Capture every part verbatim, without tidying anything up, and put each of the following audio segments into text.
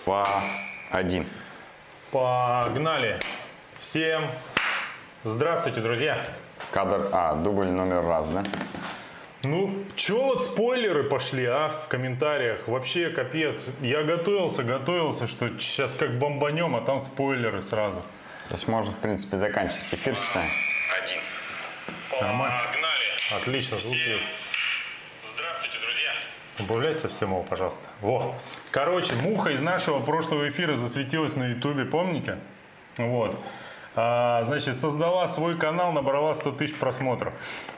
По один. Погнали. Всем здравствуйте, друзья. Кадр А, дубль номер раз, да? Ну, чё вот спойлеры пошли, а, в комментариях? Вообще капец. Я готовился, готовился, что сейчас как бомбанем, а там спойлеры сразу. То есть можно, в принципе, заканчивать эфир, считаем. Один. Нормально. Погнали. Отлично, звук Всем есть. здравствуйте, друзья. Убавляй совсем его, пожалуйста. Во. Короче, муха из нашего прошлого эфира засветилась на ютубе, помните? Вот. А, значит, создала свой канал, набрала сто тысяч просмотров.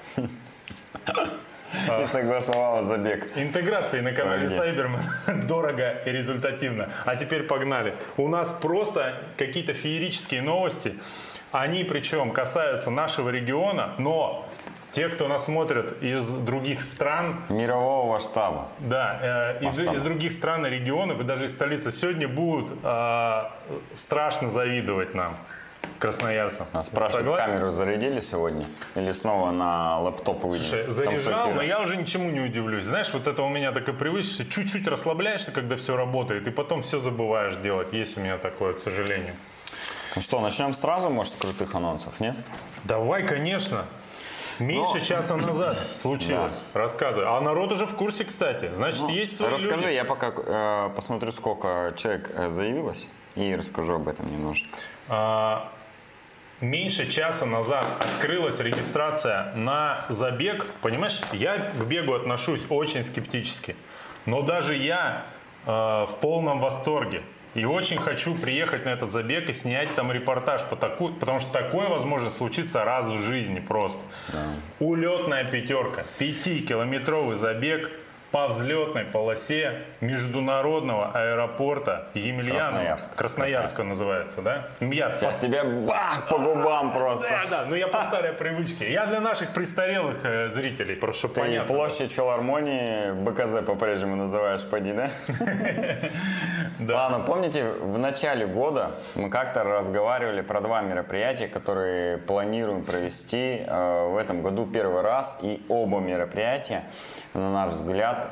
И согласовала забег. Интеграции на канале Пойди. Cyberman дорого и результативно. А теперь погнали. У нас просто какие-то феерические новости. Они причем касаются нашего региона, но те, кто нас смотрит из других стран, Мирового масштаба. да, э, из, Масштаба. из других стран и регионов, и даже из столицы сегодня будут э, страшно завидовать нам, красноярцам. А спрашивают, Согласен? камеру зарядили сегодня? Или снова на лэптоп выйдем? Слушай, Там заряжал, эфира. но я уже ничему не удивлюсь. Знаешь, вот это у меня такая привычка, чуть-чуть расслабляешься, когда все работает, и потом все забываешь делать. Есть у меня такое, к сожалению. Ну что, начнем сразу, может, с крутых анонсов, нет? Давай, конечно. Меньше Но- часа назад случилось. Рассказывай. А народ уже в курсе, кстати. Значит, Ну, есть свои расскажи, люди. я пока э, посмотрю, сколько человек э, заявилось, и расскажу об этом немножечко. А, меньше часа назад открылась регистрация на забег. Понимаешь, я к бегу отношусь очень скептически. Но даже я э, в полном восторге. И очень хочу приехать на этот забег и снять там репортаж, по таку- потому что такое возможно случиться раз в жизни просто. Улетная пятерка, пятикилометровый забег по взлетной полосе международного аэропорта Емельянова. Красноярск. Красноярска называется, да? Я Сейчас по- тебе бах по губам просто. Да, да, но я по старой привычке. Я для наших престарелых э, зрителей, просто чтобы Ты понятно. площадь филармонии БКЗ по-прежнему называешь, поди, да? Да. Ладно, помните, в начале года мы как-то разговаривали про два мероприятия, которые планируем провести э, в этом году первый раз, и оба мероприятия, на наш взгляд,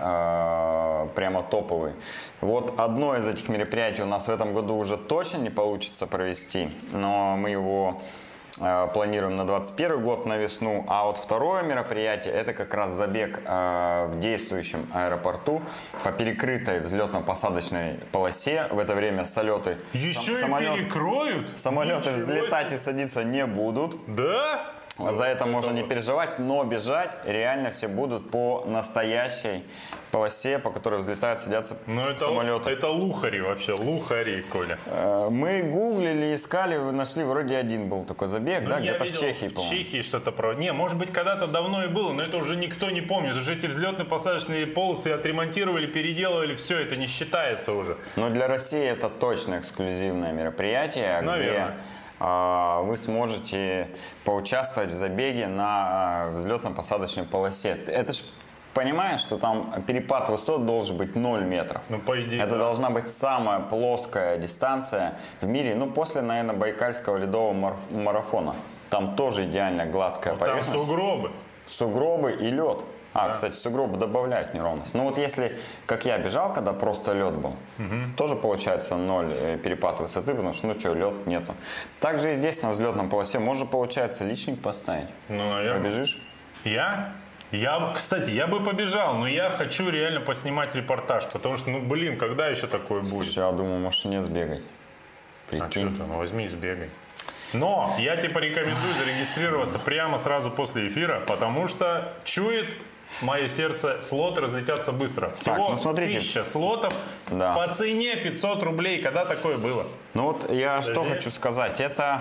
э, прямо топовые. Вот одно из этих мероприятий у нас в этом году уже точно не получится провести, но мы его э, планируем на двадцать первый год, на весну. А вот второе мероприятие — это как раз забег э, в действующем аэропорту по перекрытой взлетно-посадочной полосе. В это время самолеты, Еще и самолет- перекроют? самолеты Ничего взлетать себе. и садиться не будут. Да? За это можно не вот. переживать, но бежать реально все будут по настоящей полосе, по которой взлетают, садятся Ну это, самолеты. это лухари вообще, лухари, Коля. Э, Мы гуглили, искали, нашли, вроде один был такой забег, Ну, да, я где-то в видел, Чехии, в по-моему. Чехии что-то про... Не, может быть, когда-то давно и было, но это уже никто не помнит. Уже эти взлетно-посадочные полосы отремонтировали, переделывали, все, это не считается уже. Но для России это точно эксклюзивное мероприятие, Наверное. где а, вы сможете поучаствовать в забеге на а, взлетно-посадочной полосе. Это ж понимаешь, что там перепад высот должен быть ноль метров. Ну, по идее, Это да. должна быть самая плоская дистанция в мире, ну, после, наверное, Байкальского ледового мараф- марафона. Там тоже идеально гладкая Ну, там поверхность. сугробы. Сугробы и лед. А, Да. кстати, сугробы добавляют неровность. Ну вот если, как я бежал, когда просто лед был, тоже получается ноль э, перепад высоты, потому что, ну что, лед нету. Также и здесь на взлетном полосе можно, получается, личник поставить. Ну, наверное. Побежишь? Я? Я, бы, кстати, я бы побежал, но я хочу реально поснимать репортаж, потому что, ну, блин, когда еще такое будет? Слушай, я думаю, может мне сбегать. А Прикинь. что ты, ну возьми и сбегай. Но я тебе порекомендую зарегистрироваться прямо сразу после эфира, потому что чует мое сердце, слоты разлетятся быстро. Всего ну смотрите. тысяча слотов Да. по цене пятьсот рублей. Когда такое было? Ну вот я что Подожди. хочу сказать. Это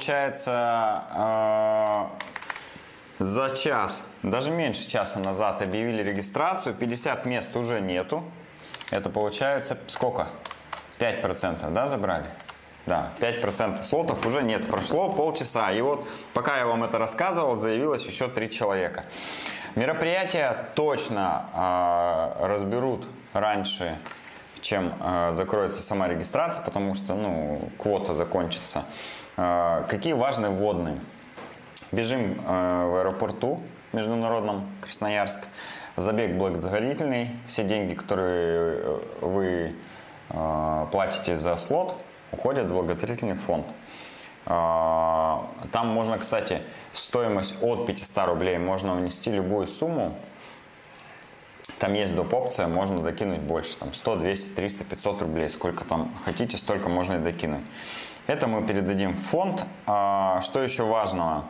получается э, за час, даже меньше часа назад объявили регистрацию. пятьдесят мест уже нету. Это получается сколько? пять процентов, да, забрали? Да, пять процентов слотов уже нет. Прошло полчаса. И вот пока я вам это рассказывал, заявилось еще три человека. Мероприятие точно э, разберут раньше, чем э, закроется сама регистрация, потому что, ну, квота закончится. Э, какие важные вводные? Бежим э, в аэропорту международном Красноярск. Забег благотворительный. Все деньги, которые вы э, платите за слот, уходит в благотворительный фонд. Э, там можно, кстати, стоимость от пятисот рублей, можно внести любую сумму. Там есть доп. Опция, можно докинуть больше, там сто, двести, триста, пятьсот рублей, сколько там хотите, столько можно и докинуть. Это мы передадим в фонд. А, что еще важного?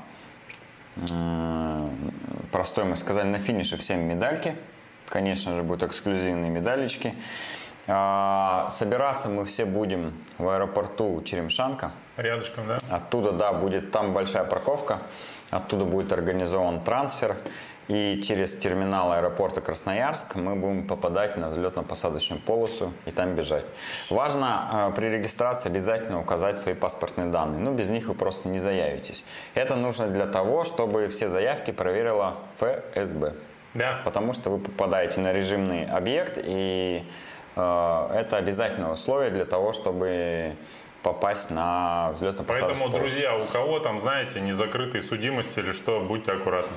М-м, про стоимость сказали, на финише всем медальки. Конечно же, будут эксклюзивные медалечки. А, собираться мы все будем в аэропорту Черемшанка. Рядышком, да? Оттуда, да, будет там большая парковка. Оттуда будет организован трансфер. И через терминал аэропорта Красноярск мы будем попадать на взлетно-посадочную полосу и там бежать. Важно э, при регистрации обязательно указать свои паспортные данные. Ну, без них вы просто не заявитесь. Это нужно для того, чтобы все заявки проверила эф эс бэ. Да. Потому что вы попадаете на режимный объект, и э, это обязательное условие для того, чтобы попасть на взлетно-посадочную Поэтому, полосу. друзья, у кого там, знаете, незакрытые судимости или что, будьте аккуратны.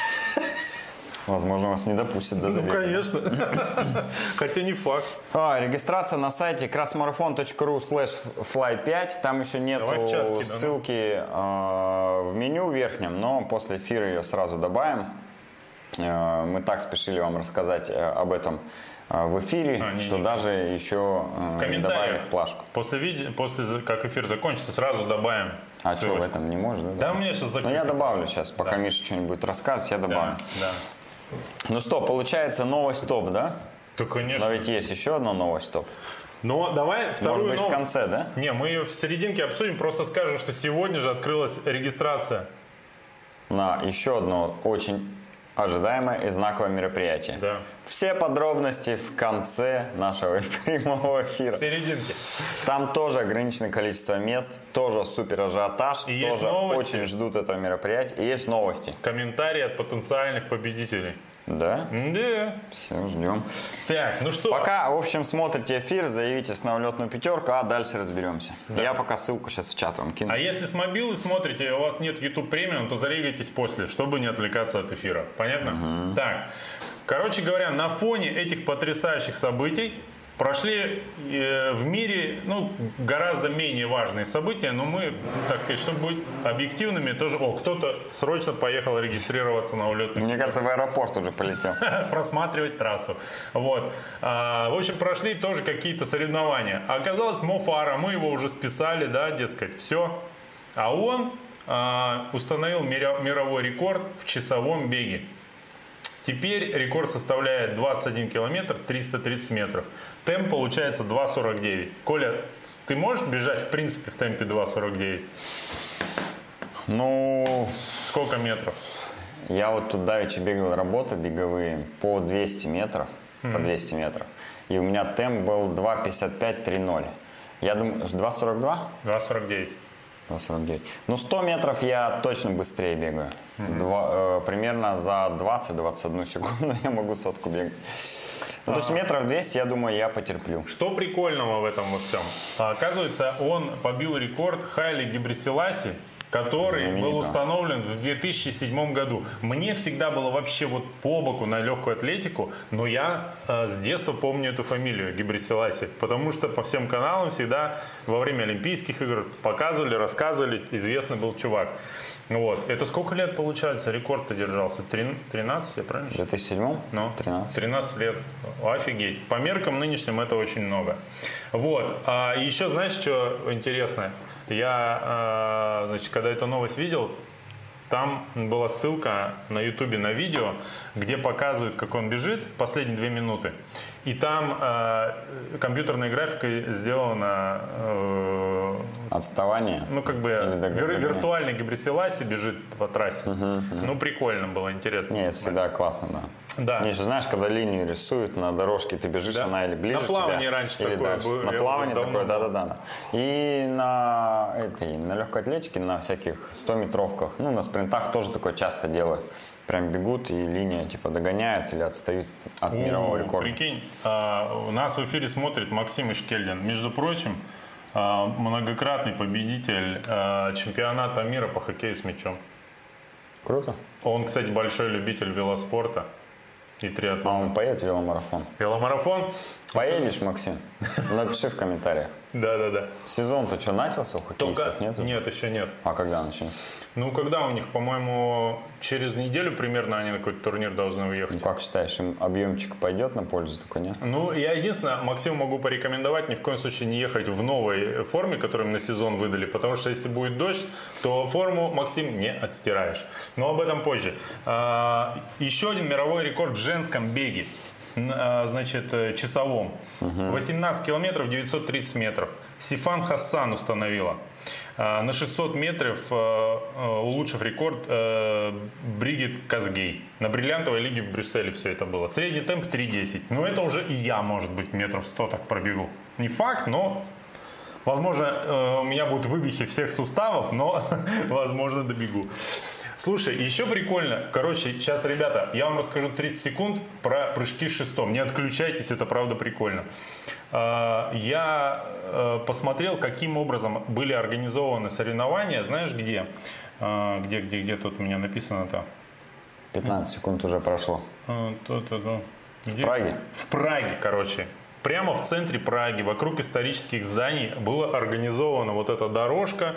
Возможно, вас не допустят до Ну, забега. конечно. Хотя не факт. А, регистрация на сайте красмарафон точка ру слэш флай пять. Там еще нет Давай в чат кидай, ну. ссылки э, в меню верхнем, но после эфира ее сразу добавим. Э, мы так спешили вам рассказать э, об этом э, в эфире, А, не, что не. даже еще э, не добавили в плашку. После, видео, после как эфир закончится, сразу добавим. А что, в ссылочку. этом не может? Да, Да, у меня сейчас Ну, закрыто. я добавлю сейчас, пока Да. Миша что-нибудь будет рассказывать, я добавлю. Да, да. Ну что, получается новость топ, да? Да, конечно. Но ведь есть еще одна новость топ. Но давай вторую Может быть, новость. в конце, да? Не, мы ее в серединке обсудим, просто скажем, что сегодня же открылась регистрация. На еще одно очень ожидаемое и знаковое мероприятие. Да. Все подробности в конце нашего прямого эфира. В серединке. Там тоже ограниченное количество мест, тоже супер ажиотаж, И есть тоже новости. очень ждут этого мероприятия. И есть новости. Комментарии от потенциальных победителей. Да? Да. Все, ждем. Так, ну что? Пока, в общем, смотрите эфир, заявитесь на улетную пятерку, а дальше разберемся. Я пока ссылку сейчас в чат вам кину. А если с мобилы смотрите, и у вас нет YouTube премиум, то зарегайтесь после, чтобы не отвлекаться от эфира. Понятно? Так, короче говоря, на фоне этих потрясающих событий прошли э, в мире, ну, гораздо менее важные события, но мы, так сказать, чтобы быть объективными, тоже, о, кто-то срочно поехал регистрироваться на улетную. Мне кажется, в аэропорт уже полетел. Просматривать трассу. Вот. А, в общем, прошли тоже какие-то соревнования. А оказалось, Мо Фара, мы его уже списали, да, дескать, все. А он а, установил мира- мировой рекорд в часовом беге. Теперь рекорд составляет двадцать один километр триста тридцать метров. Темп получается два сорок девять. Коля, ты можешь бежать в принципе в темпе два сорок девять? Ну, Сколько метров? я вот тут давеча бегал работы беговые по двести метров, по двести метров. И у меня темп был два пятьдесят пять три ноль. Я думаю, два сорок два? два сорок девять. два сорок девять. Ну, сто метров я точно быстрее бегаю. Два- э, примерно за двадцать двадцать одну секунду я могу сотку бегать. Ну, то есть метров двести, я думаю, я потерплю. Что прикольного в этом во всем? А, оказывается, он побил рекорд Хайли Гебресиласи, который Знаменитого. был установлен в две тысячи седьмом году. Мне всегда было вообще вот по боку на легкую атлетику, но я э, с детства помню эту фамилию Гебресиласи, потому что по всем каналам всегда во время Олимпийских игр показывали, рассказывали, известный был чувак. Вот. Это сколько лет, получается, рекорд-то держался? Трин- тринадцать, я правильно В считаю? две тысячи седьмом? Ну, тринадцать. тринадцать лет. Офигеть. По меркам нынешним это очень много. Вот. А еще знаешь, что интересно? Я, а, значит, когда эту новость видел, там была ссылка на ютубе на видео, где показывают, как он бежит последние две минуты. И там э, компьютерной графикой сделано, э, Отставание? ну как бы Или дог- вир- догоняет? виртуальный Гебресиласи бежит по трассе. Ну прикольно было, интересно. Не, это всегда классно, да. Да. Мне еще, знаешь, когда линию рисуют на дорожке, ты бежишь, Да. она или ближе На плавании тебя, раньше или такое дальше. было, На я плавании давно такое, был. да-да-да. И на этой, на легкой атлетике, на всяких стометровках, ну, на спринтах тоже такое часто делают. Прям бегут и линия типа догоняют или отстают от мирового О, рекорда. Прикинь, а, у нас в эфире смотрит Максим Ишкельдин. Между прочим, а, многократный победитель а, чемпионата мира по хоккею с мячом. Круто. Он, кстати, большой любитель велоспорта. и А триатлон. он поедет в веломарафон. Веломарафон? Поедешь, Максим? Напиши в комментариях. Да-да-да. Сезон-то что, начался у хоккеистов? Только... Нет? уже? Нет, еще нет. А когда начнется? Ну, когда у них, по-моему, через неделю примерно они на какой-то турнир должны уехать. Ну, как считаешь, им объемчик пойдет на пользу, только нет? Ну, я единственное, Максиму могу порекомендовать ни в коем случае не ехать в новой форме, которую им на сезон выдали, потому что если будет дождь, то форму, Максим, не отстираешь. Но об этом позже. А, еще один мировой рекорд в женском беге, а, значит, часовом. восемнадцать километров девятьсот тридцать метров. Сифан Хасан установила. А, на шестьсот метров, а, а, улучшив рекорд, а, Бригит Казгей. На бриллиантовой лиге в Брюсселе все это было. Средний темп три десять. Ну, это уже и я, может быть, метров сто так пробегу. Не факт, но, возможно, э, у меня будут вывихи всех суставов, но, возможно, добегу. Слушай, еще прикольно. Короче, сейчас, ребята, я вам расскажу тридцать секунд про прыжки с шестом. Не отключайтесь, это правда прикольно. А, Я э, посмотрел, каким образом были организованы соревнования. Знаешь, где? А, Где, где, где тут у меня написано-то? пятнадцать секунд уже прошло. А, то, то, то. Где? В Праге? В Праге, короче. Прямо в центре Праги, вокруг исторических зданий, была организована вот эта дорожка.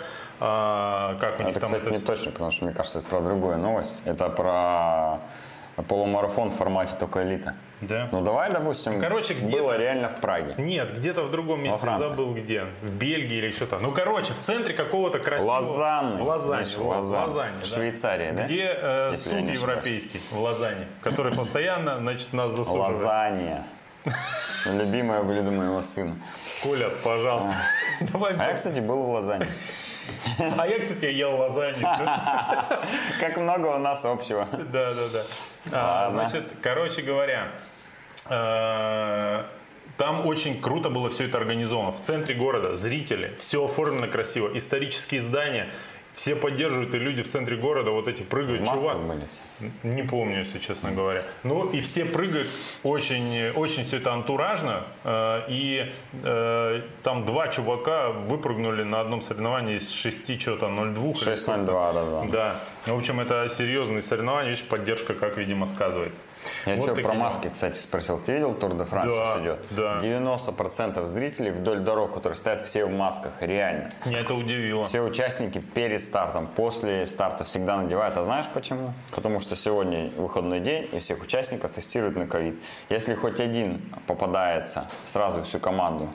А, как у них Это, там кстати, это не всё- точно, потому что, мне кажется, это про другую новость. Это про полумарафон в формате только элита. Да? Ну, давай, допустим, Короче, где-то- было реально в Праге. Нет, где-то в другом месте, Франции. забыл где. В Бельгии или что-то. Ну, короче, в центре какого-то красивого... Лозанны. В Лозанне. Видишь, вот, Лозанна. Лозанне, В да. Швейцарии, да? Где э, Если я суд не ошибаюсь. европейский в Лозанне, который постоянно, значит, нас засуживает. Лазанья. Любимое блюдо моего сына. Коля, пожалуйста. Давай. А я, кстати, был в Лозанне. А я, кстати, ел лазанью. Как много у нас общего. Да, да, да. А, Ладно. значит, короче говоря, э, там очень круто было все это организовано. В центре города зрители, все оформлено красиво, исторические здания, все поддерживают, и люди в центре города вот эти прыгают. В Москве Чувак, были все. не помню, если честно говоря. Ну и все прыгают, очень, очень все это антуражно. э, И э, там два чувака выпрыгнули на одном соревновании из шести, что-то, ноль два. или шесть ноль два, да, да. Да, в общем, это серьезные соревнования, видишь, поддержка, как, видимо, сказывается. Я Вот что, такие про дела. маски, кстати, спросил. Ты видел Тур де Франс Да, сейчас идет? да. девяносто процентов зрителей вдоль дорог, которые стоят все в масках. Реально. Меня это удивило. Все участники перед стартом, после старта всегда надевают. А знаешь почему? Потому что сегодня выходной день, и всех участников тестируют на ковид. Если хоть один попадается, сразу всю команду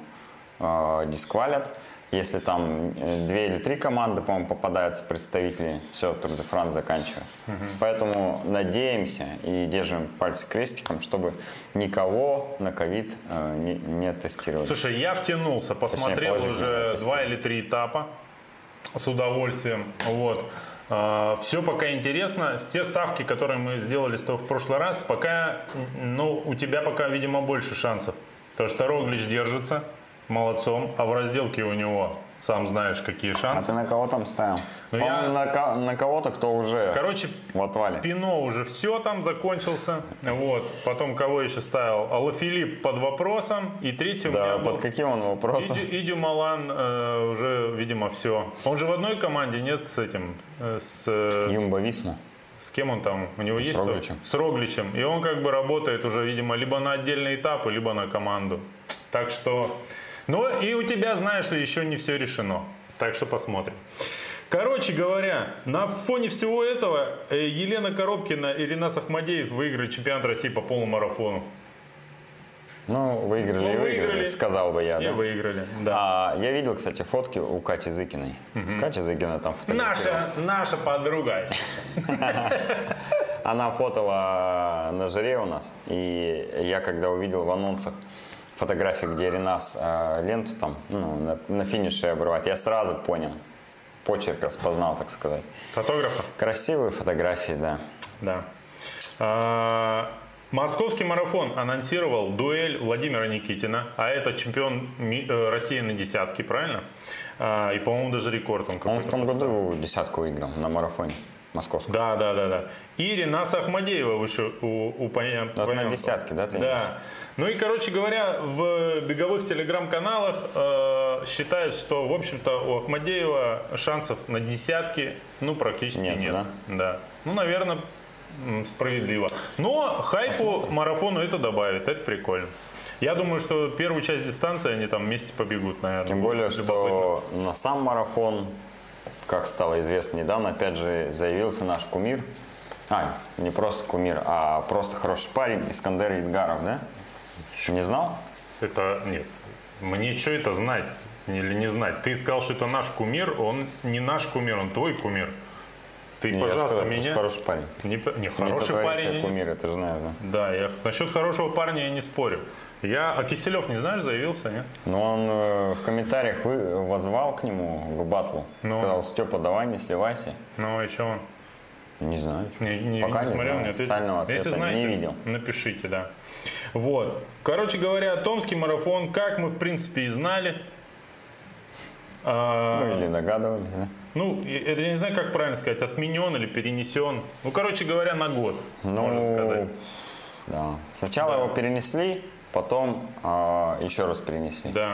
э, дисквалят. Если там э, две или три команды, по-моему, попадаются представители, все, Тур де Франс заканчивают. Поэтому надеемся и держим пальцы крестиком, чтобы никого на ковид э, не, не тестировали. Слушай, я втянулся, посмотрел положительно уже тестировали. два или три этапа с удовольствием. Вот. Все пока интересно. Все ставки, которые мы сделали с тобой в прошлый раз, пока, ну, у тебя пока, видимо, больше шансов. Потому что Роглич держится, молодцом, а в разделке у него, сам знаешь, какие А шансы. ты на кого там ставил? Ну, По-моему, я- на, ко- на кого-то, кто уже Короче, в отвале. Пино уже все там закончился. Вот. Потом кого еще ставил? Алафилипп под вопросом. И третий у меня Да, был... под каким он вопросом? Иди, Идю Малан э, уже, видимо, все. Он же в одной команде, нет, с этим, э, с, э, Юмба Висма. с кем он там? У него С есть кто? Рогличем. С Рогличем. И он как бы работает уже, видимо, либо на отдельные этапы, либо на команду. Так что, ну и у тебя, знаешь ли, еще не все решено. Так что посмотрим. Короче говоря, на фоне всего этого э, Елена Коробкина и Ринас Ахмадеев выиграли чемпионат России по полумарафону. Ну, выиграли Ну, и выиграли, выиграли. сказал бы я. И Да? выиграли, да. А, я видел, кстати, фотки у Кати Зыкиной. Катя Зыкина там фотографировала. Наша, наша подруга. Она фотала на жаре у нас. И я когда увидел в анонсах фотографии, где Ренас э, ленту там ну, на, на финише обрывает, я сразу понял. Почерк распознал, так сказать. Фотографа? Красивые фотографии, да. Да. А, Московский марафон анонсировал дуэль Владимира Никитина, а это чемпион ми- э, России на десятке, правильно? А, и, по-моему, даже рекорд он Он в какой-то. том году десятку выиграл на марафоне московском. Да, да, да, да. И Ринас Ахмадеева выше у, у поня- Вот на понятно. десятке, да, ты имеешь? Да. Ну и, короче говоря, в беговых телеграм-каналах э, считают, что, в общем-то, у Ахмадеева шансов на десятки, ну, практически Нет, нет. да? Да. Ну, наверное, м, справедливо. Но хайпу марафону это добавит, это прикольно. Я думаю, что первую часть дистанции они там вместе побегут, наверное. Тем более, что на сам марафон, как стало известно недавно, опять же заявился наш кумир. А, не просто кумир, а просто хороший парень, Искандер Едгаров, да? Не знал? Это нет. Мне что это знать или не знать? Ты сказал, что это наш кумир, он не наш кумир, он твой кумир. Ты, Не, пожалуйста, я сказал, меня... хороший парень. Не, п- не Не хороший сотвори парень. себе я не кумира, ты же знаешь, да? Да, я насчет хорошего парня я не спорю. Я, а Киселев, не знаешь, заявился, нет? Но он э, в комментариях вы, возвал к нему, к батлу. Ну. Сказал, Степа, давай, не сливайся. Ну и что он? Не знаю. Не, не, Пока не не смотрел, знаю. не ответил. Официального ответа Если знаете, не видел. напишите, да. Вот. Короче говоря, Томский марафон, как мы в принципе и знали. А, Ну или догадывались, да? ну, и- это я не знаю, как правильно сказать, отменен или перенесен. Ну, короче говоря, на год, можно сказать. Да. Сначала его перенесли, потом а, еще раз перенесли. Да.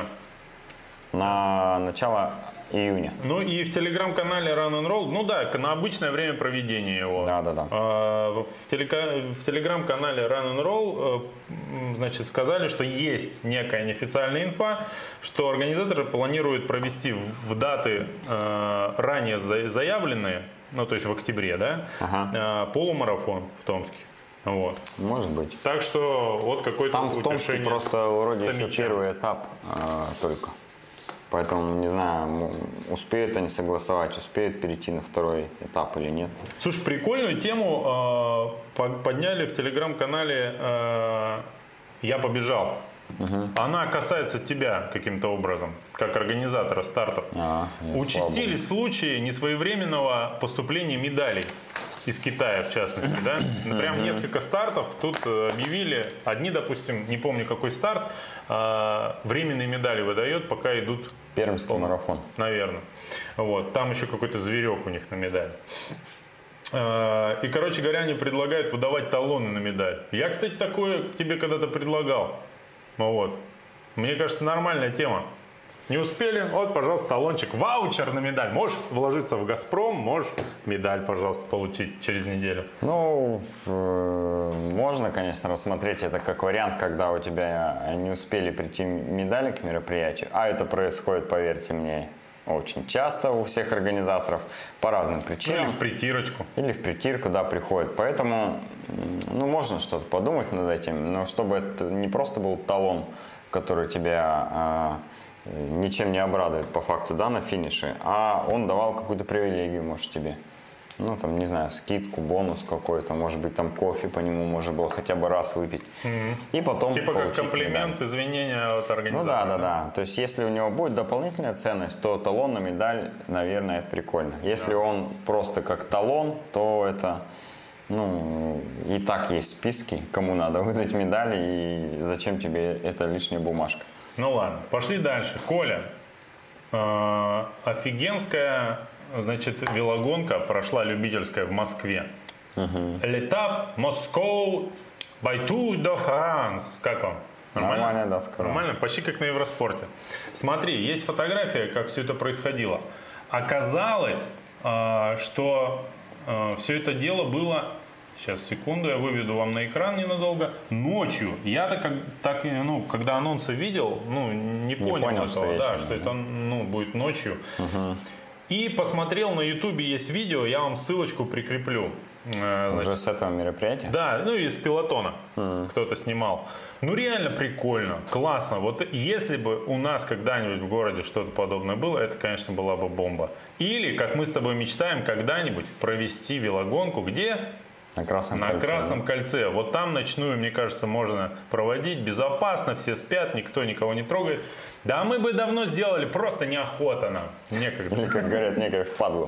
На начало июня. Ну и в телеграм-канале Run and Roll, ну да, на обычное время проведения его. Да, да, да. А, В, телека- в телеграм-канале Run and Roll э, м, значит, сказали, что есть некая неофициальная инфа, что организаторы планируют провести в, в даты э, ранее за- заявленные, ну то есть в октябре, да, Ага. э, полумарафон в Томске. Вот. Может быть. Так что вот какой-то Там в Томске утешение просто вроде еще Томича. первый этап а, только. Поэтому не знаю, м, успеют они согласовать, успеют перейти на второй этап или нет. Слушай, прикольную тему э, по- подняли в телеграм-канале э, «Я побежал». Она касается тебя каким-то образом, как организатора стартов. А, нет, Участились случаи несвоевременного поступления медалей из Китая, в частности, да? Прям несколько стартов тут э, объявили. Одни, допустим, не помню какой старт, э, временные медали выдает, пока идут, Пермский марафон. наверное. Вот. Там еще какой-то зверек у них на медали. Э, И, короче говоря, они предлагают выдавать талоны на медаль. Я, кстати, такое тебе когда-то предлагал. Ну вот. Мне кажется, нормальная тема. Не успели? Вот, пожалуйста, талончик. Ваучер на медаль. Можешь вложиться в «Газпром», можешь медаль, пожалуйста, получить через неделю. Ну, э, можно, конечно, рассмотреть это как вариант, когда у тебя не успели прийти медали к мероприятию. А это происходит, поверьте мне, очень часто у всех организаторов по разным Ну, или причинам. в притирочку. Или в притирку, да, приходит. Поэтому, м, ну, можно что-то подумать над этим, но чтобы это не просто был талон, который тебя а, ничем не обрадует по факту, да, на финише, а он давал какую-то привилегию, может, тебе. Ну, там, не знаю, скидку, бонус какой-то, может быть, там кофе по нему можно было хотя бы раз выпить. И потом Типа как получить комплимент, медаль. извинения от Ну организатора. да, да, да. То есть, если у него будет дополнительная ценность, то талон на медаль, наверное, это прикольно. Если он просто как талон, то это, ну, и так есть списки, кому надо выдать медаль, и зачем тебе эта лишняя бумажка. Ну ладно, пошли дальше. Коля, э, офигенская, значит, велогонка прошла любительская в Москве. L'Étape Moscow by Tour de France. Как вам? Нормально, да, сказал. Нормально, почти как на Евроспорте. Смотри, есть фотография, как все это происходило. Оказалось, э, что все это дело было... Сейчас, секунду, я выведу вам на экран ненадолго. Ночью. Я-то как, так, и, ну, когда анонсы видел, ну, не понял, понял, что этого, да, вечером, что да. это ну, будет ночью. И посмотрел на ютубе, есть видео, я вам ссылочку прикреплю. Э, значит, Уже с этого мероприятия? да, ну из пилотона кто-то снимал. Ну реально прикольно, классно. Вот если бы у нас когда-нибудь в городе что-то подобное было, это, конечно, была бы бомба. Или, как мы с тобой мечтаем, когда-нибудь провести велогонку, где? На Красном На кольце, Красном да? кольце. Вот там ночную, мне кажется, можно проводить безопасно, все спят, никто никого не трогает. Да мы бы давно сделали, просто неохота нам, некогда. Или, как говорят некоторые, впадлу.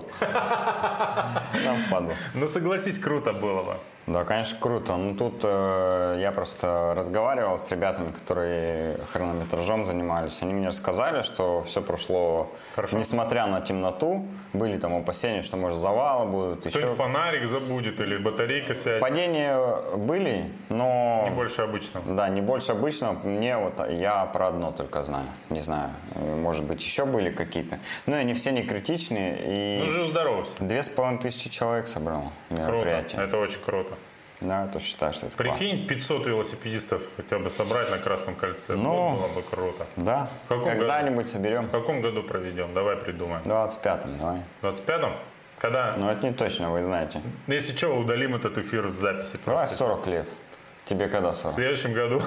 Там впадлу. Ну согласись, круто было бы. Да, конечно, круто. Ну, тут э, я просто разговаривал с ребятами, которые хронометражом занимались. Они мне рассказали, что все прошло, Хорошо. несмотря на темноту. Были там опасения, что, может, завалы будут, еще. Кто-нибудь фонарик забудет или батарейка сядет. Падения были, но... Не больше обычного. Да, не больше обычного. Мне вот, я про одно только знаю. не знаю, э, может быть, еще были какие-то. Но они все не критичные. И Ну, жив-здоров. две с половиной тысячи человек собрал Круто. мероприятие. Это очень круто. Да, я тоже считаю, что это классно. Прикинь, пятьсот велосипедистов хотя бы собрать на Красном кольце. Ну, Вот было бы круто. Да, В каком когда-нибудь соберем. В каком году проведем? Давай придумаем. В двадцать пятом, давай. В двадцать пятом? Когда? Но это не точно, вы знаете. Ну, если что, удалим этот эфир с записи. Давай просто. сорок лет. Тебе когда В сорок? следующем году.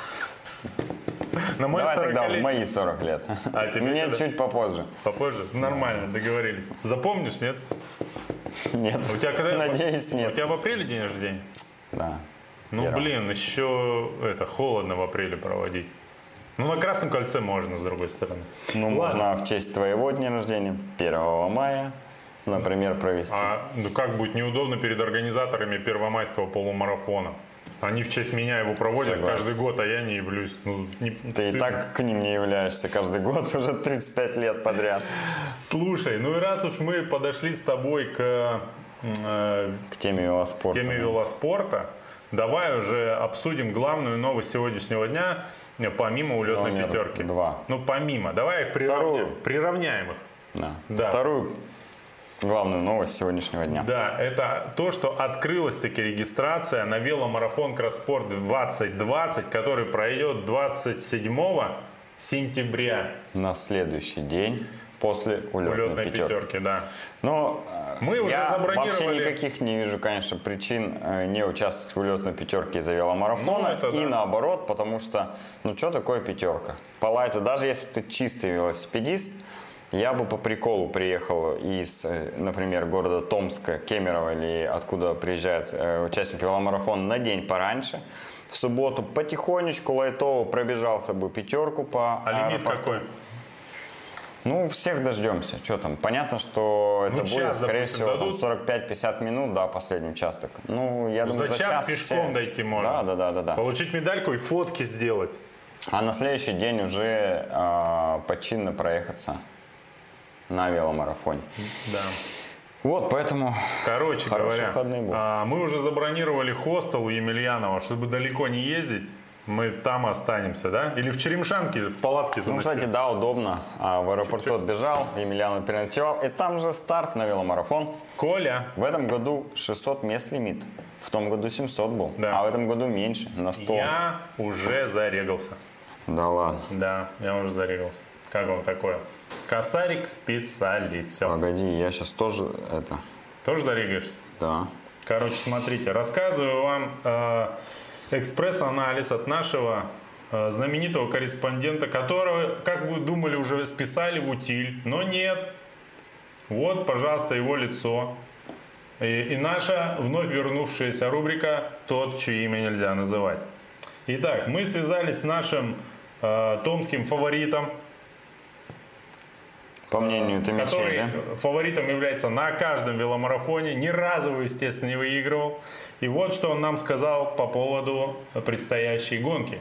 На мои Давай сорок тогда в лет. мои сорок лет. А тебе Мне когда? чуть попозже. Попозже? Нормально, договорились. Запомнишь, нет? Нет. У тебя когда? Надеюсь, У нет. тебя в апреле день рождения? Да. Ну, Первого. блин, еще это холодно в апреле проводить. Ну, на Красном кольце можно, с другой стороны. Ну, можно в честь твоего дня рождения, первого мая, например, провести. А ну, как будет неудобно перед организаторами первомайского полумарафона? Они в честь меня его проводят Согласен. каждый год, а я не явлюсь. Ну, не- Ты и стыдно. так к ним не являешься каждый год, уже тридцать пять лет подряд. Слушай, ну и раз уж мы подошли с тобой к э, К теме велоспорта. теме да. велоспорта, давай уже обсудим главную новость сегодняшнего дня, э, помимо улетной Номер пятерки. два. Ну, помимо. Давай их Вторую. приравняем, приравняем их. Да. Да. Вторую главную новость сегодняшнего дня. Да, это то, что открылась-таки регистрация на веломарафон Кросспорт двадцать двадцать, который пройдет двадцать седьмого сентября. На следующий день после улетной, Улетной пятерки. пятерки, да. Но э, Мы уже я забронировали- вообще никаких не вижу, конечно, причин э, не участвовать в улетной пятерке из-за веломарафона. Ну, это и да. наоборот, потому что, ну что такое пятерка? По лайту, даже если ты чистый велосипедист, я бы по приколу приехал из, э, например, города Томска, Кемерово или откуда приезжает э, участник веломарафона на день пораньше. В субботу потихонечку лайтово пробежался бы пятерку по А лимит аэропорту. какой? Ну, всех дождемся. Что там? Понятно, что это Ну, будет, час, скорее допустим, всего, там дадут? сорок пять пятьдесят минут, да, последний участок. Ну, я думаю, За за, час все- пешком дойти можно. Да, да, да, да, да. Получить медальку и фотки сделать. А на следующий день уже э, починно проехаться на веломарафоне. Да. Вот, поэтому Короче хорошие говоря, выходные будут. а, мы уже забронировали хостел у Емельянова, чтобы далеко не ездить. Мы там останемся, да? Или в Черемшанке в палатке Ну, заночуем? кстати, да, удобно. А в аэропорту Чуть-чуть. отбежал, Емельянов переночевал, и там же старт на веломарафон. Коля, В этом году шестьсот мест лимит. В том году семьсот был. Да. А в этом году меньше, на сто. я уже зарегался. Да ладно. Да, я уже зарегался. Как вам такое? Косарик списали. Все. Погоди, я сейчас тоже это. Тоже зарегаешься? Да. Короче, смотрите, рассказываю вам э, экспресс-анализ от нашего э, знаменитого корреспондента, которого, как вы думали, уже списали в утиль, но нет. Вот, пожалуйста, его лицо. И, и наша вновь вернувшаяся рубрика «Тот, чье имя нельзя называть». Итак, мы связались с нашим э, томским фаворитом, По мнению Томичей, который да? фаворитом является на каждом веломарафоне, ни разу, естественно, не выигрывал. И вот что он нам сказал по поводу предстоящей гонки.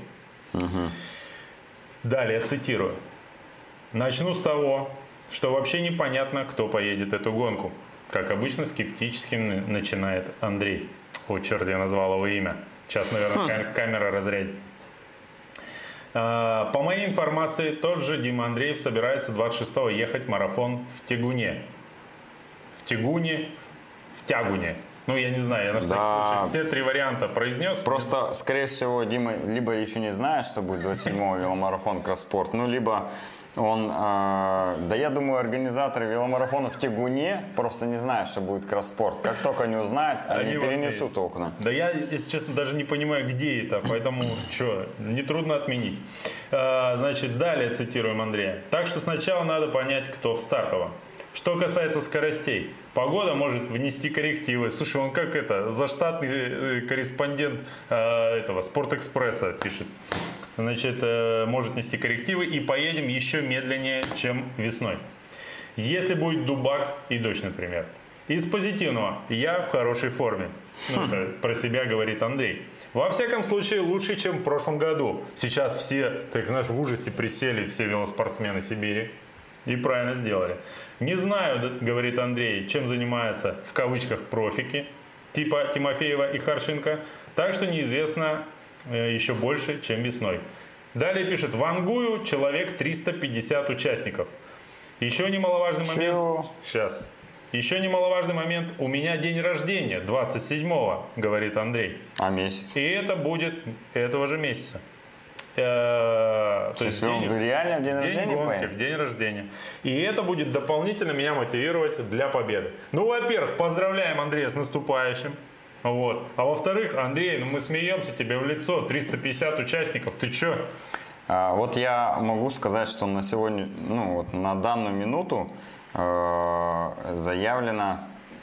Далее цитирую. Начну с того, что вообще непонятно, кто поедет эту гонку. Как обычно, скептически н- начинает Андрей. О, черт, я назвал его имя. Сейчас, наверное, ка- камера разрядится. А, По моей информации, тот же Дима Андреев собирается двадцать шестого ехать марафон в Тягуне. В Тягуне, в Тягуне. Ну, я не знаю, я на всякий Да. случай все три варианта произнес. Просто, скорее всего, Дима либо еще не знает, что будет двадцать седьмого веломарафон Кросспорт, ну, либо он, э, да я думаю, организаторы веломарафона в Тягуне просто не знают, что будет Кросспорт. Как только они узнают, они, Они перенесут окна. Да я, если честно, даже не понимаю, где это, поэтому что, нетрудно отменить. А, Значит, далее цитируем Андрея. Так что сначала надо понять, кто в стартовом. Что касается скоростей, погода может внести коррективы. Слушай, он как это, заштатный э, корреспондент э, этого Спортэкспресса пишет. Значит, э, может нести коррективы и поедем еще медленнее, чем весной. Если будет дубак и дождь, например. Из позитивного. Я в хорошей форме. Ну, это про себя говорит Андрей. Во всяком случае, лучше, чем в прошлом году. Сейчас все, так знаешь, в ужасе присели все велоспортсмены Сибири. И правильно сделали. Не знаю, д- говорит Андрей, чем занимаются в кавычках профики, типа Тимофеева и Харшенко. Так что неизвестно э, еще больше, чем весной. Далее пишет, в Ангую человек триста пятьдесят участников. Еще немаловажный момент. Чего? Сейчас. Еще немаловажный момент. У меня день рождения, двадцать седьмого, говорит Андрей. А месяц? И это будет этого же месяца. Э, То есть Если он день, реально в день день рождения гонки, поедет? в день рождения. И это будет дополнительно меня мотивировать для победы. Ну, во-первых, поздравляем Андрея с наступающим. Вот. А во-вторых, Андрей, ну мы смеемся тебе в лицо. триста пятьдесят участников, ты чё? А, вот я могу сказать, что на сегодня, ну вот на данную минуту э, заявлено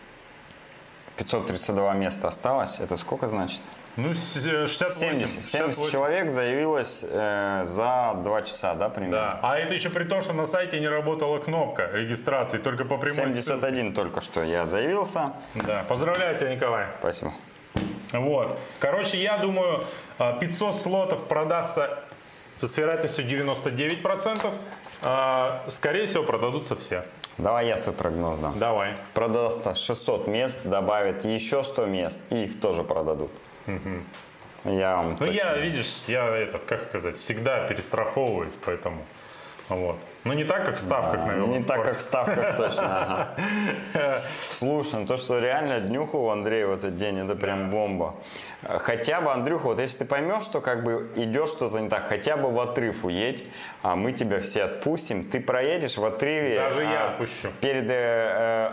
пятьсот тридцать два места осталось. Это сколько значит? Ну, шестьдесят восемь. семьдесят, семьдесят человек заявилось э, за два часа, да, примерно? Да. А это еще при том, что на сайте не работала кнопка регистрации, только по прямой семьдесят один ссылке. только что я заявился. Да. Поздравляю тебя, Николай. Спасибо. Вот. Короче, я думаю, пятьсот слотов продастся с вероятностью девяносто девять процентов. Скорее всего, продадутся все. Давай я свой прогноз дам. Давай. Продастся шестьсот мест, добавят еще сто мест, и их тоже продадут. Я вам Ну, точно- я, видишь, я этот, как сказать, всегда перестраховываюсь, поэтому. Вот. Ну, не так, как в ставках на Не велоспорте. так, как в ставках точно. ага. Слушай, ну то, что реально днюху у Андрея в этот день, это прям бомба. Хотя бы, Андрюха, вот если ты поймешь, что как бы идет что-то не так, хотя бы в отрыв уедь, а мы тебя все отпустим, ты проедешь в отрыве. Даже я а, отпущу. Перед э,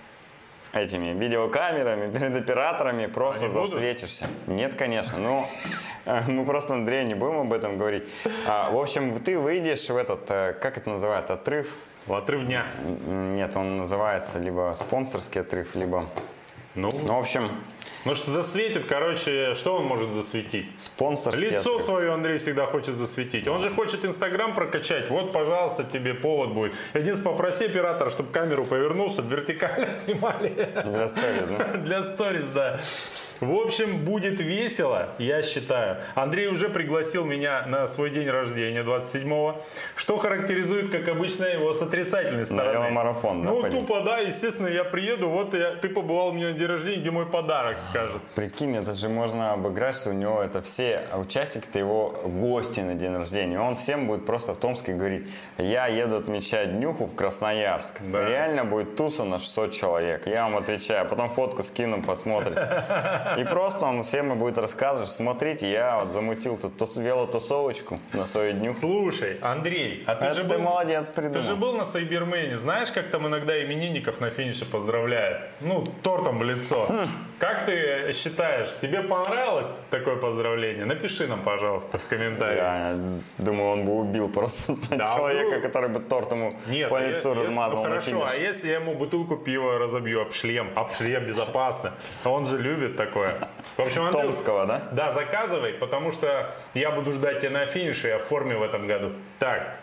э, этими видеокамерами, перед операторами просто Они будут? засветишься. Нет, конечно, но э, мы просто Андрею не будем об этом говорить. А, в общем, ты выйдешь в этот, э, как это называют, отрыв? В отрыв дня. Нет, он называется либо спонсорский отрыв, либо... Ну, Ну, в общем, ну что засветит, короче, что он может засветить? спонсорский Лицо отрыв. свое Андрей всегда хочет засветить. Он же хочет Инстаграм прокачать. Вот, пожалуйста, тебе повод будет. Единственное, попроси оператора, чтобы камеру повернул, чтобы вертикально снимали. Для сториз, да? Для сторис, да. В общем, будет весело, я считаю. Андрей уже пригласил меня на свой день рождения, двадцать седьмого, что характеризует, как обычно, его с отрицательной стороны. веломарафон, да, Ну, пойдем? тупо, да, естественно, я приеду, вот я, ты побывал у меня на день рождения, где мой подарок, скажет. Прикинь, это же можно обыграть, что у него это все участники-то его гости на день рождения. Он всем будет просто в Томске говорить: я еду отмечать днюху в Красноярск. Да. Реально будет туса на шестьсот человек. Я вам отвечаю. Потом фотку скину, посмотрите. И просто он всем и будет рассказывать: смотрите, я вот замутил тут тус- велотусовочку на свою днюху. Слушай, Андрей, а ты Это же ты был... молодец, Ты же придумал. был на Сайбермене, знаешь, как там иногда именинников на финише поздравляют? Ну, тортом в лицо. Хм. Как ты считаешь, тебе понравилось такое поздравление? Напиши нам, пожалуйста, в комментариях. Я думаю, он бы убил просто Да, человека, ну, который бы торт ему Нет, по а лицу е- если- размазал ну, на хорошо, финише. а если я ему бутылку пива разобью об шлем? Об шлем безопасно. А он же любит такое. В общем, Андрей, Томского, да? да, заказывай, потому что я буду ждать тебя на финише и оформлю в этом году. Так.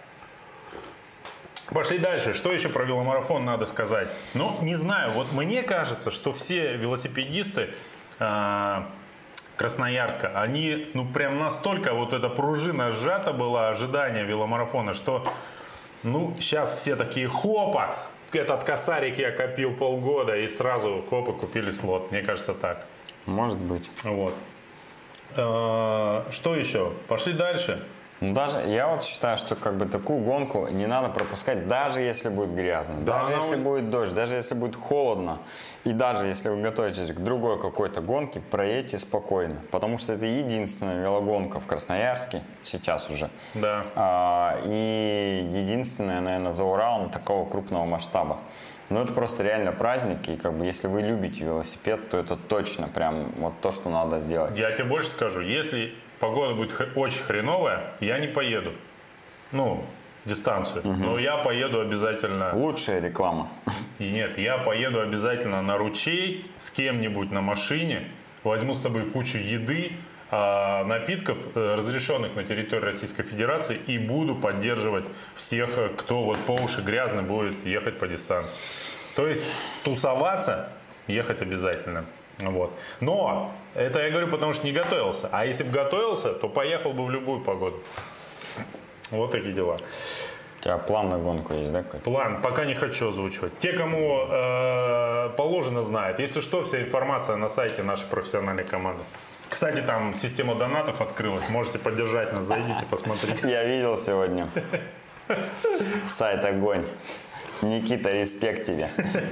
Пошли дальше. Что еще про веломарафон надо сказать? Ну, не знаю. Вот мне кажется, что все велосипедисты а, Красноярска, они, ну, прям настолько вот эта пружина сжата была, ожидание веломарафона, что, ну, сейчас все такие: хопа, этот косарик я копил полгода, и сразу хопа купили слот. Мне кажется, так. Может быть. Вот. А, что еще? Пошли дальше. Ну, даже я вот считаю, что как бы такую гонку не надо пропускать, даже если будет грязно, Да, даже она если вот- будет дождь, даже если будет холодно, и даже если вы готовитесь к другой какой-то гонке, проедьте спокойно, потому что это единственная велогонка в Красноярске сейчас уже, Да. а, и единственная, наверное, за Уралом такого крупного масштаба. Ну, это просто реально праздник, и как бы если вы любите велосипед, то это точно прям вот то, что надо сделать. Я тебе больше скажу, если погода будет х- очень хреновая, я не поеду. Ну, дистанцию. Но я поеду обязательно. Лучшая реклама. И нет, я поеду обязательно на ручей с кем-нибудь на машине, возьму с собой кучу еды, а, напитков, э, разрешенных на территории Российской Федерации, и буду поддерживать всех, э, кто вот по уши грязный будет ехать по дистанции. То есть тусоваться, ехать обязательно. Вот. Но это я говорю, потому что не готовился. А если бы готовился, то поехал бы в любую погоду. Вот такие дела. У тебя план на гонку есть, да, какой-то? План пока не хочу озвучивать. Те, кому э, положено, знают. Если что, вся информация на сайте нашей профессиональной команды. Кстати, там система донатов открылась. Можете поддержать нас. Зайдите, посмотрите. Я видел сегодня. Сайт огонь. Никита, респект тебе.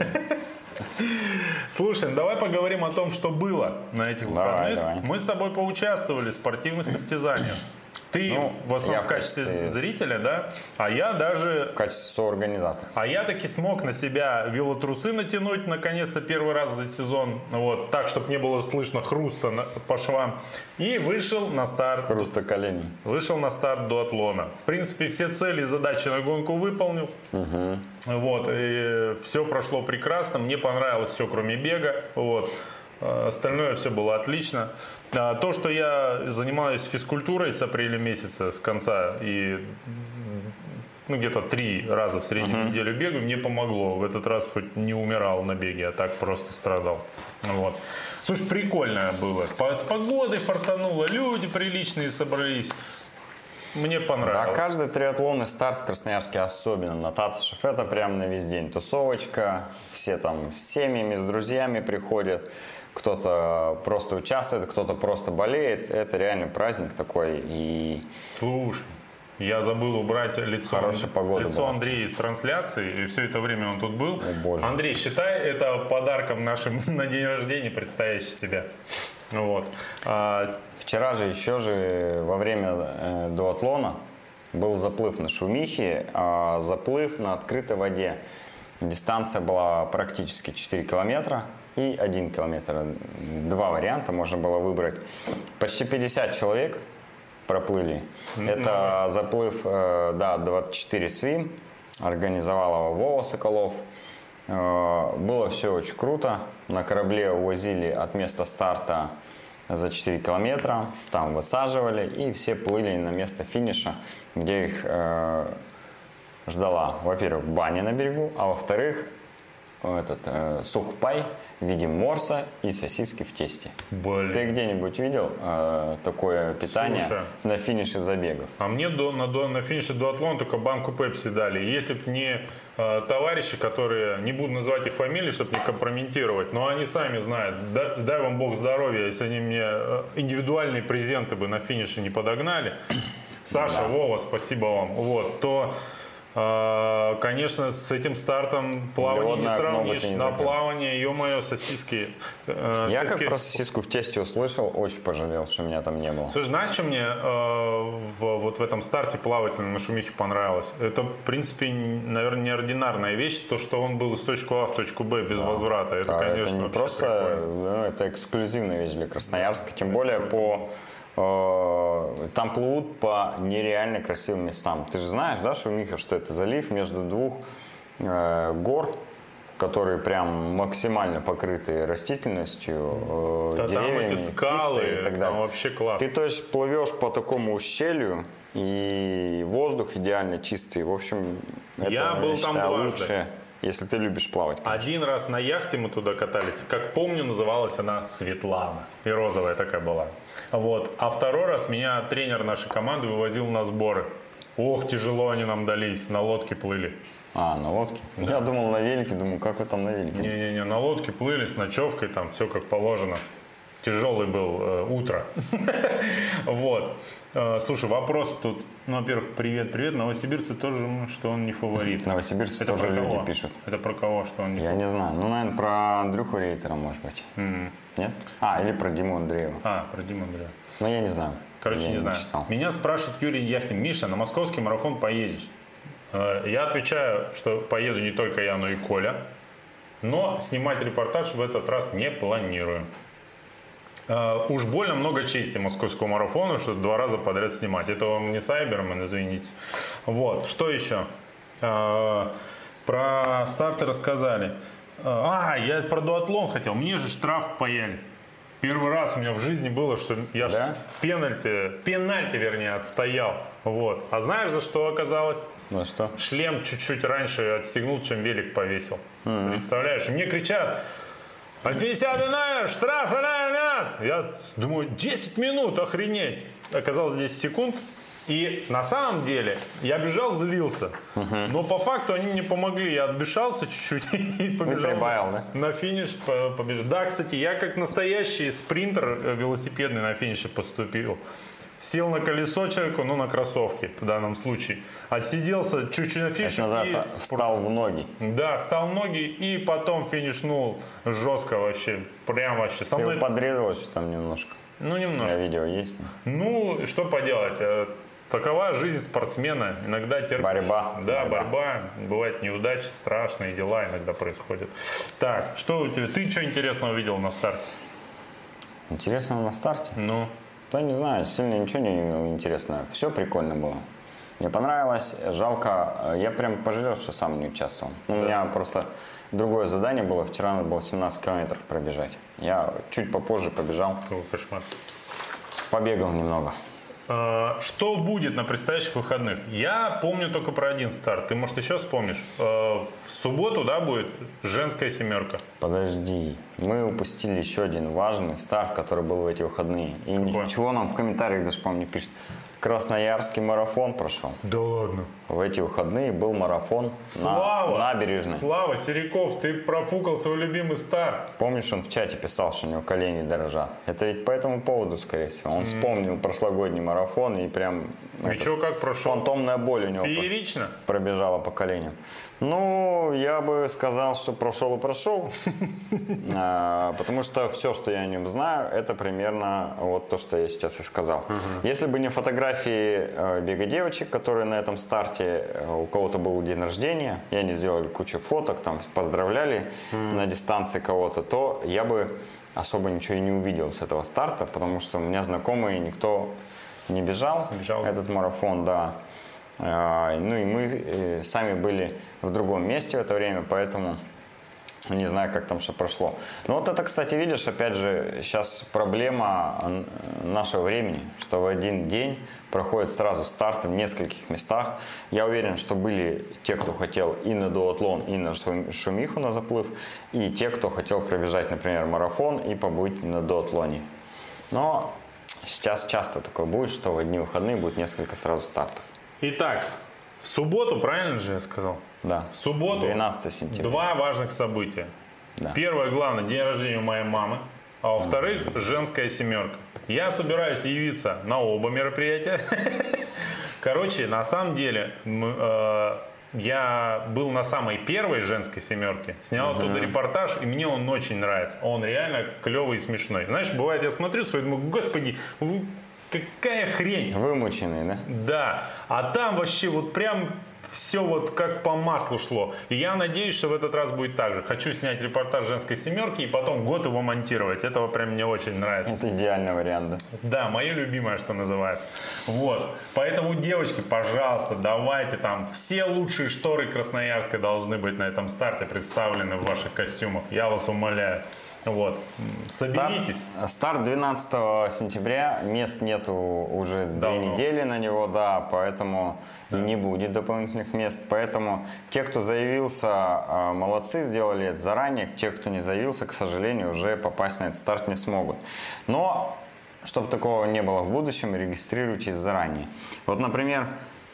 Слушай, ну давай поговорим о том, что было на этих Давай, выходных. давай. Мы с тобой поучаствовали в спортивных состязаниях. Ты Ну, в основном я в в качестве качестве- зрителя, да? А я даже... В качестве соорганизатора. А я таки смог на себя велотрусы натянуть, наконец-то, первый раз за сезон. Вот, так, чтобы не было слышно хруста на- по швам. И вышел на старт. Хруста коленей. Вышел на старт дуатлона. В принципе, все цели и задачи на гонку выполнил. Вот, и все прошло прекрасно. Мне понравилось все, кроме бега. Вот. А остальное все было отлично. А то, что я занимаюсь физкультурой с апреля месяца, с конца, и ну, где-то три раза в среднем в неделю бегаю, мне помогло. В этот раз хоть не умирал на беге, а так просто страдал. Вот. Слушай, прикольно было. По- С погодой фартануло, люди приличные собрались. Мне Да, понравилось. каждый триатлонный старт в Красноярске особенно. На Татышев это прям на весь день. Тусовочка, все там с семьями, с друзьями приходят. Кто-то просто участвует, кто-то просто болеет. Это реально праздник такой. И Слушай, я забыл убрать лицо, Хорошая погода лицо была. Андрея из трансляции, и все это время он тут был. О, боже. Андрей, считай это подарком нашим на день рождения, предстоящий тебе. Вот. А, вчера же еще же во время э, дуатлона был заплыв на Шумихе, а заплыв на открытой воде. Дистанция была практически четыре километра и один километр. Два варианта можно было выбрать. Почти пятьдесят человек проплыли. Это заплыв, э, да, двадцать четыре свим. Организовал его Вова Соколов. Э, Было все очень круто. На корабле увозили от места старта за четыре километра. Там высаживали и все плыли на место финиша, где их э, ждала, во-первых, баня на берегу, а во-вторых, этот э, сухпай в виде морса и сосиски в тесте. блин. Ты где-нибудь видел э, такое питание Слушай. на финише забегов? А мне до, на, до- на финише дуатлона только банку пепси дали. И если бы не э, товарищи, которые, не буду называть их фамилии, чтобы не компрометировать, но они сами знают, да- дай вам бог здоровья, если они мне э, индивидуальные презенты бы на финише не подогнали. Саша, Вова, спасибо вам. Вот, то, э, конечно, с этим стартом плавание не Ледное окно бы сравнишь. ты не На закрыл. плавание, ё-моё, сосиски. Э, Я как всё-таки- про сосиску в тесте услышал, очень пожалел, что меня там не было. Слушай, знаешь, что мне э, в, вот в этом старте плавательном на Шумихе понравилось? Это, в принципе, н- наверное, неординарная вещь, то, что он был из точки А в точку Б без возврата. Это, Да, конечно, это не вообще просто, прикольно. ну, это эксклюзивная вещь для Красноярска, тем более по э, там плывут по нереально красивым местам. Ты же знаешь, да, Шумиха, что это залив между двух э, гор, которые прям максимально покрыты растительностью, э, Да, там деревьями, эти скалы, пихтой и так там далее. вообще класс. Ты то есть плывешь по такому ущелью, и воздух идеально чистый. В общем, это, Я был там считаю, дважды. лучше, если ты любишь плавать. Один раз на яхте мы туда катались. Как помню, называлась она Светлана. И розовая такая была. Вот. А второй раз меня тренер нашей команды вывозил на сборы. Ох, тяжело они нам дались. На лодке плыли. А, на лодке? Я думал на велике, думаю, как вы там на велике? Не-не-не, на лодке плыли с ночевкой, там все как положено. Тяжелый был э, утро. Вот. Э, Слушай, вопрос тут. Ну, во-первых, привет, привет. Новосибирцы тоже, ну, что он не фаворит. Новосибирцы Это тоже про люди кого? пишут. Это про кого, что он не Я не знаю. Ну, наверное, про Андрюху Рейтера, может быть. Нет? А, или про Диму Андреева. А, про Диму Андрея. Ну, я не знаю. Короче, Я не знаю. читал. Меня спрашивает Юрий Яхин: Миша, на московский марафон поедешь? Э, Я отвечаю, что поеду не только я, но и Коля. Но снимать репортаж в этот раз не планирую. Э, Уж больно много чести московскому марафону, что два раза подряд снимать. Это вам не Сайберман, извините. Вот, что еще? Э, Про старты рассказали. Э, А, я про дуатлон хотел. Мне же штраф паяли. Первый раз у меня в жизни было, что я ж Да? пенальти, пенальти, вернее, отстоял. Вот. А знаешь, за что оказалось? Ну что? Шлем чуть-чуть раньше отстегнул, чем велик повесил. Представляешь? И мне кричат: восьмидесятый номер, штраф, на, на. Я думаю, десять минут, охренеть. Оказалось десять секунд. И на самом деле я бежал, злился. Но по факту они мне помогли. Я отдышался чуть-чуть и побежал прибавил, да? на финиш. по- Побежал. Да, кстати, я как настоящий спринтер э, велосипедный на финише поступил. Сел на колесо человеку, ну на кроссовке в данном случае. Отсиделся чуть-чуть на финише. Это называется и- встал в ноги. Да, встал в ноги и потом финишнул жестко вообще. Прям вообще. Со Ты мной, его подрезал что там немножко. ну На немножко. видео есть. Ну, что поделать. э, Такова жизнь спортсмена. Иногда терпишь. Борьба. Да, Борьба. борьба. Бывают неудачи, страшные дела иногда происходят. Так, что у тебя? Ты что интересного видел на старте? Интересно на старте? Ну, Да не знаю, сильно ничего не интересного. Все прикольно было. Мне понравилось. Жалко, я прям пожалел, что сам не участвовал. Ну, У меня просто другое задание было. Вчера надо было семнадцать километров пробежать. Я чуть попозже побежал. какой кошмар. Побегал немного. А, Что будет на предстоящих выходных? Я помню только про один старт. Ты, может, еще вспомнишь? А, В субботу, да, будет женская семерка. Подожди, мы упустили еще один важный старт, который был в эти выходные. И Какой? ничего нам в комментариях даже, по-моему, не пишет. Красноярский марафон прошел. Да ладно. В эти выходные был марафон Слава! на набережной. Слава, Сериков, ты профукал свой любимый старт. Помнишь, он в чате писал, что у него колени дрожат? Это ведь по этому поводу, скорее всего. Он вспомнил прошлогодний марафон и прям И этот, что, как прошел? фантомная боль у него по- Феерично? пробежала по коленям. Ну, я бы сказал, что прошел и прошел. А, Потому что все, что я о нем знаю, это примерно вот то, что я сейчас и сказал. Если бы не фотографии э, бега девочек, которые на этом старте, э, у кого-то был день рождения, и они сделали кучу фоток, там поздравляли на дистанции кого-то, то я бы особо ничего и не увидел с этого старта, потому что у меня знакомые никто не бежал, Бежал. этот марафон, да. А, Ну и мы э, сами были в другом месте в это время, поэтому не знаю, как там что прошло. Но вот это, кстати, видишь, опять же, сейчас проблема н- нашего времени, что в один день проходит сразу старт в нескольких местах. Я уверен, что были те, кто хотел и на дуатлон, и на шум- шумиху на заплыв, и те, кто хотел пробежать, например, марафон и побыть на дуатлоне. Но сейчас часто такое будет, что в одни выходные будет несколько сразу стартов. Итак, в субботу, правильно же я сказал? Да. В субботу двенадцатое сентября. два важных события. Да. Первое, главное, день рождения у моей мамы. А во-вторых, женская семерка. Я собираюсь явиться на оба мероприятия. Короче, на самом деле, м, э, я был на самой первой женской семерке, снял оттуда репортаж, и мне он очень нравится. Он реально клевый и смешной. Знаешь, бывает, я смотрю свой, думаю, господи, вы- какая хрень. Вымученный, да? Да, а там вообще вот прям все вот как по маслу шло. И я надеюсь, что в этот раз будет так же. Хочу снять репортаж женской семерки и потом год его монтировать. Этого прям мне очень нравится. Это идеальный вариант, да? Да, мое любимое, что называется. Вот. Поэтому, девочки, пожалуйста, давайте там. Все лучшие шторы Красноярска должны быть на этом старте представлены в ваших костюмах. Я вас умоляю. Вот. Соберитесь. Старт, старт двенадцатого сентября, мест нету уже две Давно. недели на него, да, поэтому и не будет дополнительных мест. Поэтому те, кто заявился, а, молодцы, сделали это заранее. Те, кто не заявился, к сожалению, уже попасть на этот старт не смогут. Но, чтобы такого не было в будущем, регистрируйтесь заранее. Вот, например,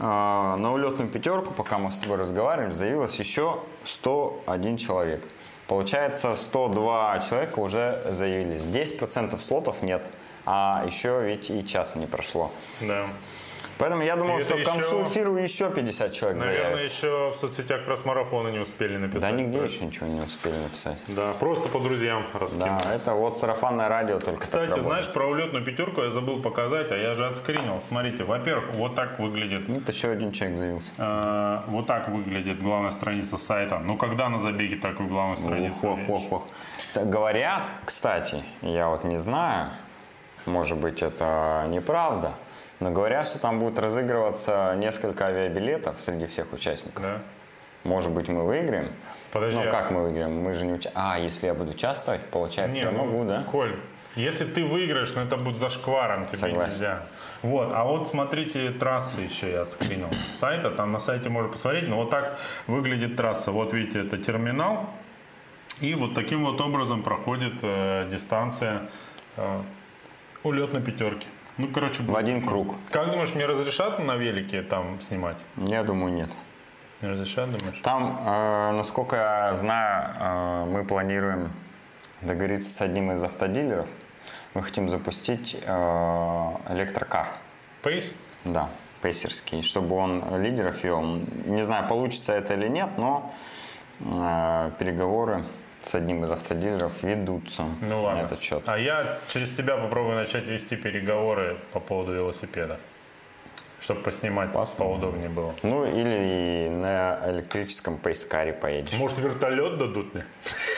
а, на улетную пятерку, пока мы с тобой разговаривали, заявилось еще сто один человек. Получается, сто два человека уже заявились. десять процентов слотов нет. А еще ведь и часа не прошло. Да. Поэтому я думал, И что это к концу еще- эфира еще пятьдесят человек Наверное, заявится. еще в соцсетях как раз марафона не успели написать. Да нигде еще ничего не успели написать. Да, просто по друзьям раскинул. Да, это вот сарафанное радио только так Кстати, работает. знаешь, про улетную пятерку я забыл показать, а я же отскринил. Смотрите, во-первых, вот так выглядит. Вот еще один человек заявился. э, вот так выглядит главная страница сайта. Ну, когда на забеге такую главную страницу? Ох, ох, ох, ох. Так говорят, кстати, я вот не знаю, может быть, это неправда, но говорят, что там будет разыгрываться несколько авиабилетов среди всех участников. Да. Может быть, мы выиграем? Подожди, Ну, а- как мы выиграем? Мы же не участвуем. А, если я буду участвовать, получается, Не, я ну, могу, да? Коль, если ты выиграешь, ну это будет зашкваром, тебе Согласен. нельзя. Вот, а вот смотрите, трассы еще я отскринил с сайта, там на сайте можно посмотреть, но вот так выглядит трасса. Вот видите, это терминал, и вот таким вот образом проходит э, дистанция э, улетной пятерки. Ну, короче, в один круг. как думаешь, мне разрешат на велике там снимать? Я думаю, нет. Не разрешат, думаешь? Там, э, насколько я знаю, э, мы планируем договориться с одним из автодилеров. Мы хотим запустить э, электрокар. Пейс? Да, пейсерский, чтобы он лидеров вел. Не знаю, получится это или нет, но э, переговоры с одним из автодилеров ведутся Ну на ладно. этот счет. А я через тебя попробую начать вести переговоры по поводу велосипеда. Чтобы поснимать поудобнее было. Ну или на электрическом пейскаре поедешь. Может, вертолет дадут мне?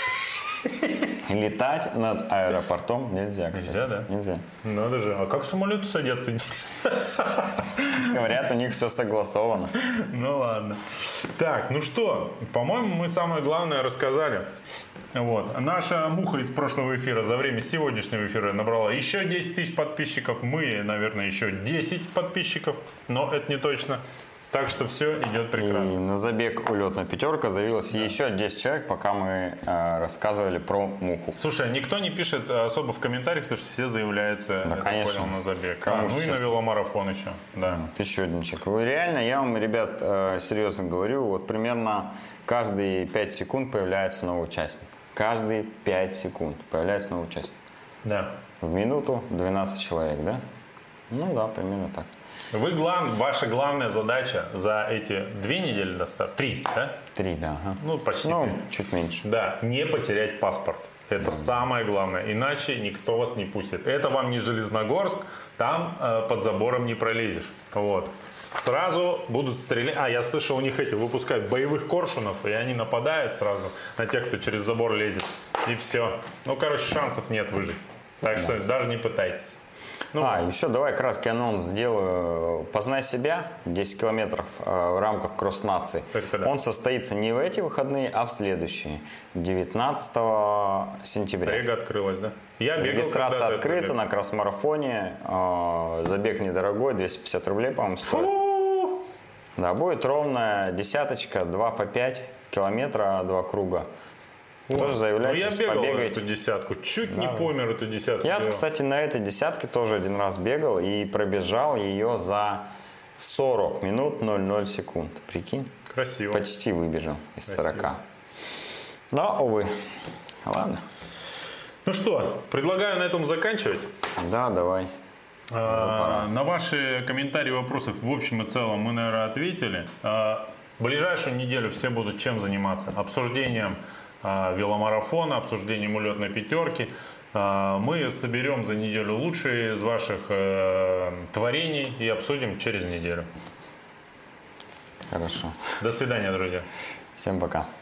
Летать над аэропортом нельзя, кстати. Нельзя, да? Нельзя. Надо же. А как самолету садятся, интересно? Говорят, у них все согласовано. Ну ладно. Так, ну что, по-моему, мы самое главное рассказали. Вот. Наша муха из прошлого эфира за время сегодняшнего эфира набрала еще десять тысяч подписчиков. Мы, наверное, еще десять подписчиков, но это не точно. Так что все идет прекрасно. И на забег улетная пятерка заявилось еще десять человек, пока мы э, рассказывали про муху. Слушай, никто не пишет особо в комментариях, потому что все заявляются, Да, я так конечно. понял, на забег. Кому А, ну и на сейчас? веломарафон еще. Да. Ты еще один человек. Вы реально, я вам, ребят, э, серьезно говорю, вот примерно каждые пять секунд появляется новый участник. Каждые пять секунд появляется новый участник. Да. В минуту двенадцать человек, да? Ну да, примерно так. Вы глав... Ваша главная задача за эти две недели до старта, три, да? Три, да. Ага. Ну, почти Ну, три. чуть меньше. Да, не потерять паспорт. Это самое главное. Иначе никто вас не пустит. Это вам не Железногорск, там э, под забором не пролезешь. Вот. Сразу будут стрелять. А, я слышал, у них эти выпускают боевых коршунов, и они нападают сразу на тех, кто через забор лезет. И все. Ну, короче, шансов нет выжить. Так что даже не пытайтесь. Ну, А, еще давай краткий анонс сделаю. «Познай себя» десять километров э, в рамках кросс-нации. Это когда? Он состоится не в эти выходные, а в следующие. девятнадцатого сентября. Рега открылась, да? Я бегал Регистрация когда-то открыта этот на кросс-марафоне. Э, забег недорогой, двести пятьдесят рублей, по-моему, стоит. Фу! Да, будет ровная десяточка, два по пять километра, два круга. Тоже Ну, заявляйтесь, я бегал побегайте. эту десятку, чуть не помер эту десятку. Я, делал. кстати, на этой десятке тоже один раз бегал и пробежал ее за сорок минут ноль ноль секунд. Прикинь? Красиво. Почти выбежал из Красиво. сорока. Но, увы. Ладно. Ну что, предлагаю на этом заканчивать. Да, давай. А, на ваши комментарии, вопросы в общем и целом мы, наверное, ответили. А, ближайшую неделю все будут чем заниматься? Обсуждением а, веломарафона, обсуждением улетной пятерки. А, мы соберем за неделю лучшие из ваших э, творений и обсудим через неделю. Хорошо. До свидания, друзья. Всем пока.